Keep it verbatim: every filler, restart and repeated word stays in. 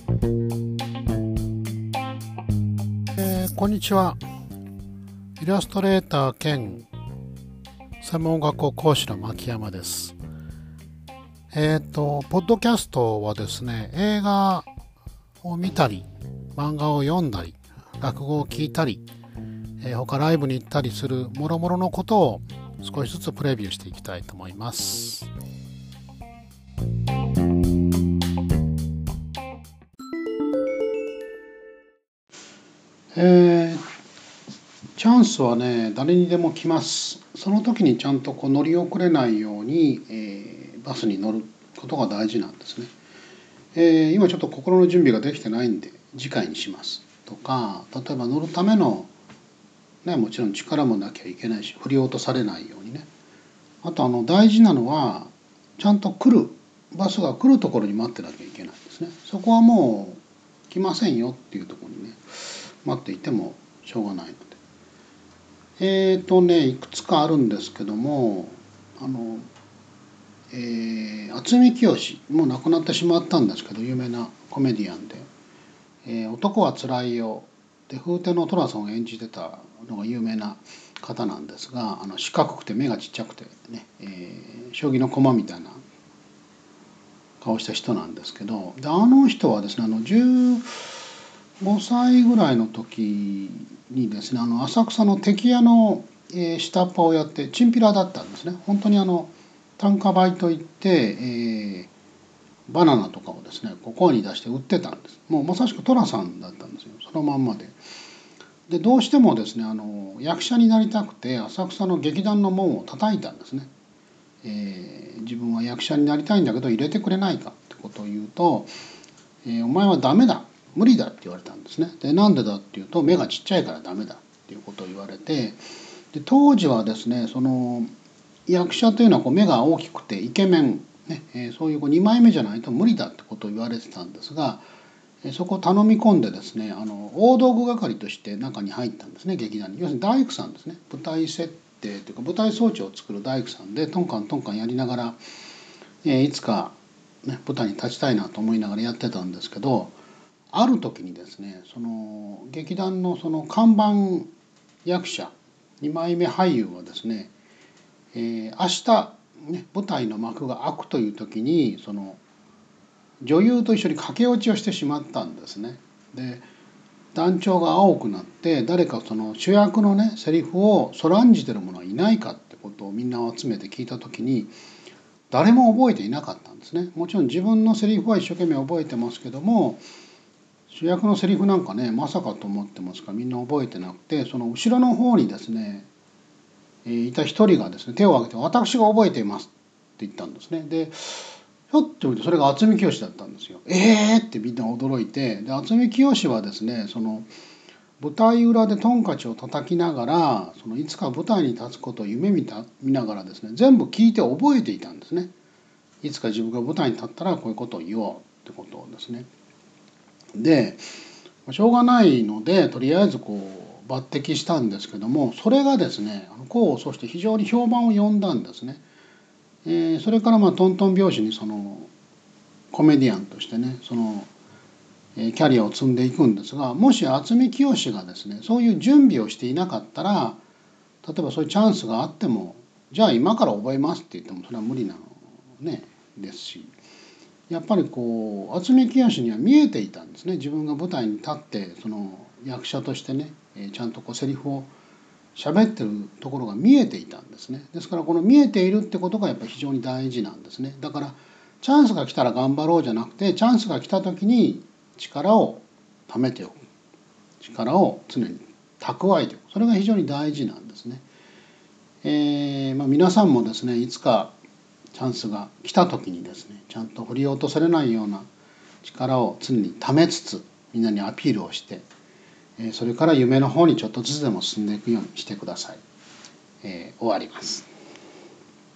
えーこんにちは。イラストレーター兼専門学校講師の牧山です。えっ、と、ポッドキャストはですね、映画を見たり、漫画を読んだり、落語を聞いたり、えー他ライブに行ったりする諸々のことを少しずつプレビューしていきたいと思います。えーチャンスはね、誰にでも来ます。その時にちゃんとこう乗り遅れないように、えーバスに乗ることが大事なんですね。えー今ちょっと心の準備ができてないんで次回にしますとか、例えば乗るための、ね、もちろん力もなきゃいけないし、振り落とされないようにね。あとあの大事なのは、ちゃんと来る、バスが来るところに待ってなきゃいけないんですね。そこはもう来ませんよっていうところにね、待っていてもしょうがないので。えーとね、いくつかあるんですけども、あの、えー、渥美清、もう亡くなってしまったんですけど、有名なコメディアンで、えー男はつらいよで風天の寅さんを演じてたのが有名な方なんですが、あの四角くて目がちっちゃくてね、えー将棋の駒みたいな顔した人なんですけど、であの人はですね、あのじゅうごさいぐらいの時にですね、あの浅草の敵屋の、えー下っ端をやってチンピラだったんですね。本当にあの単価売といって、えーバナナとかをですね、こう声に出して売ってたんです。もうまさしく寅さんだったんですよ、そのまんまで。でどうしてもですね、あの役者になりたくて浅草の劇団の門を叩いたんですね。えー自分は役者になりたいんだけど入れてくれないかってことを言うと、えーお前はダメだ、無理だって言われたんですね。でなんでだっていうと、目がちっちゃいからダメだっていうことを言われて、で当時はですね、その役者というのはこう目が大きくてイケメン、ねえーそういうこうにまいめじゃないと無理だってことを言われてたんですが、えーそこを頼み込んでですね、あの大道具係として中に入ったんですね、劇団に。要するに大工さんですね。舞台設定というか舞台装置を作る大工さんで、トンカントンカンやりながら、えーいつか、ね、舞台に立ちたいなと思いながらやってたんですけど、ある時にですね、その劇団のその看板役者にまいめ俳優はですね、えー明日、ね、舞台の幕が開くという時に、その女優と一緒に駆け落ちをしてしまったんですね。で団長が青くなって、誰かその主役のねセリフをそらんじてる者はいないかってことをみんなを集めて聞いた時に、誰も覚えていなかったんですね。もちろん自分のセリフは一生懸命覚えてますけども、主役のセリフなんかね、まさかと思ってますからみんな覚えてなくて、その後ろの方にですね、えーいた一人がですね、手を挙げて「私が覚えています」って言ったんですね。でひょっと見てそれが渥美清だったんですよ。えーってみんな驚いて、で渥美清はですね、その舞台裏でトンカチを叩きながら、そのいつか舞台に立つことを夢見た見ながらですね、全部聞いて覚えていたんですね。いつか自分が舞台に立ったらこういうことを言おうってことをですね。でしょうがないので、とりあえずこう抜擢したんですけども、それがですね、功を奏して非常に評判を呼んだんですね。えーそれからまあトントン拍子にそのコメディアンとしてね、そのえーキャリアを積んでいくんですが、もし渥美清がですね、そういう準備をしていなかったら、例えばそういうチャンスがあっても、じゃあ今から覚えますって言ってもそれは無理なのねですし、やっぱりこう渥美清には見えていたんですね。自分が舞台に立ってその役者としてね、えーちゃんとこうセリフを喋ってるところが見えていたんですね。ですからこの見えているってことがやっぱり非常に大事なんですね。だからチャンスが来たら頑張ろうじゃなくて、チャンスが来た時に力を貯めておく、力を常に蓄えておく、それが非常に大事なんですね。えーまあ、皆さんもですね、いつかチャンスが来た時にですね、ちゃんと振り落とされないような力を常に貯めつつ、みんなにアピールをして、それから夢の方にちょっとずつでも進んでいくようにしてください。えー終わります。